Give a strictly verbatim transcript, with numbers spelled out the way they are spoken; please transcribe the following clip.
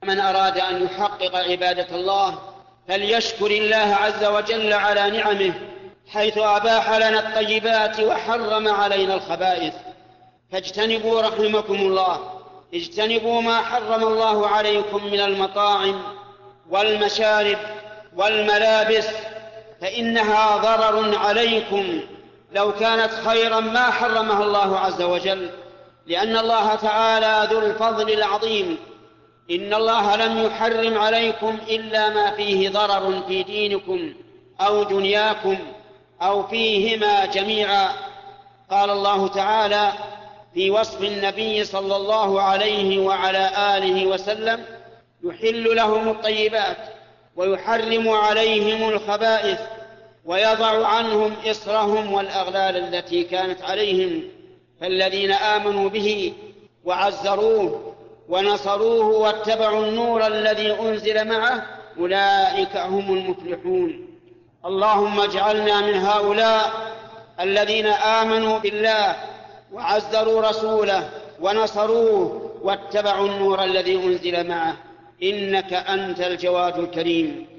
من أراد أن يحقق عبادة الله فليشكر الله عز وجل على نعمه، حيث أباح لنا الطيبات وحرم علينا الخبائث. فاجتنبوا رحمكم الله، اجتنبوا ما حرم الله عليكم من المطاعم والمشارب والملابس، فإنها ضرر عليكم. لو كانت خيرا ما حرمها الله عز وجل، لأن الله تعالى ذو الفضل العظيم. إن الله لم يحرم عليكم إلا ما فيه ضرر في دينكم أو دنياكم أو فيهما جميعا. قال الله تعالى في وصف النبي صلى الله عليه وعلى آله وسلم: يحل لهم الطيبات ويحرم عليهم الخبائث ويضع عنهم إصرهم والأغلال التي كانت عليهم. فالذين آمنوا به وعزروه ونصروه واتبعوا النور الذي أنزل معه أولئك هم المفلحون. اللهم اجعلنا من هؤلاء الذين آمنوا بالله وعزروا رسوله ونصروه واتبعوا النور الذي أنزل معه، إنك أنت الجواد الكريم.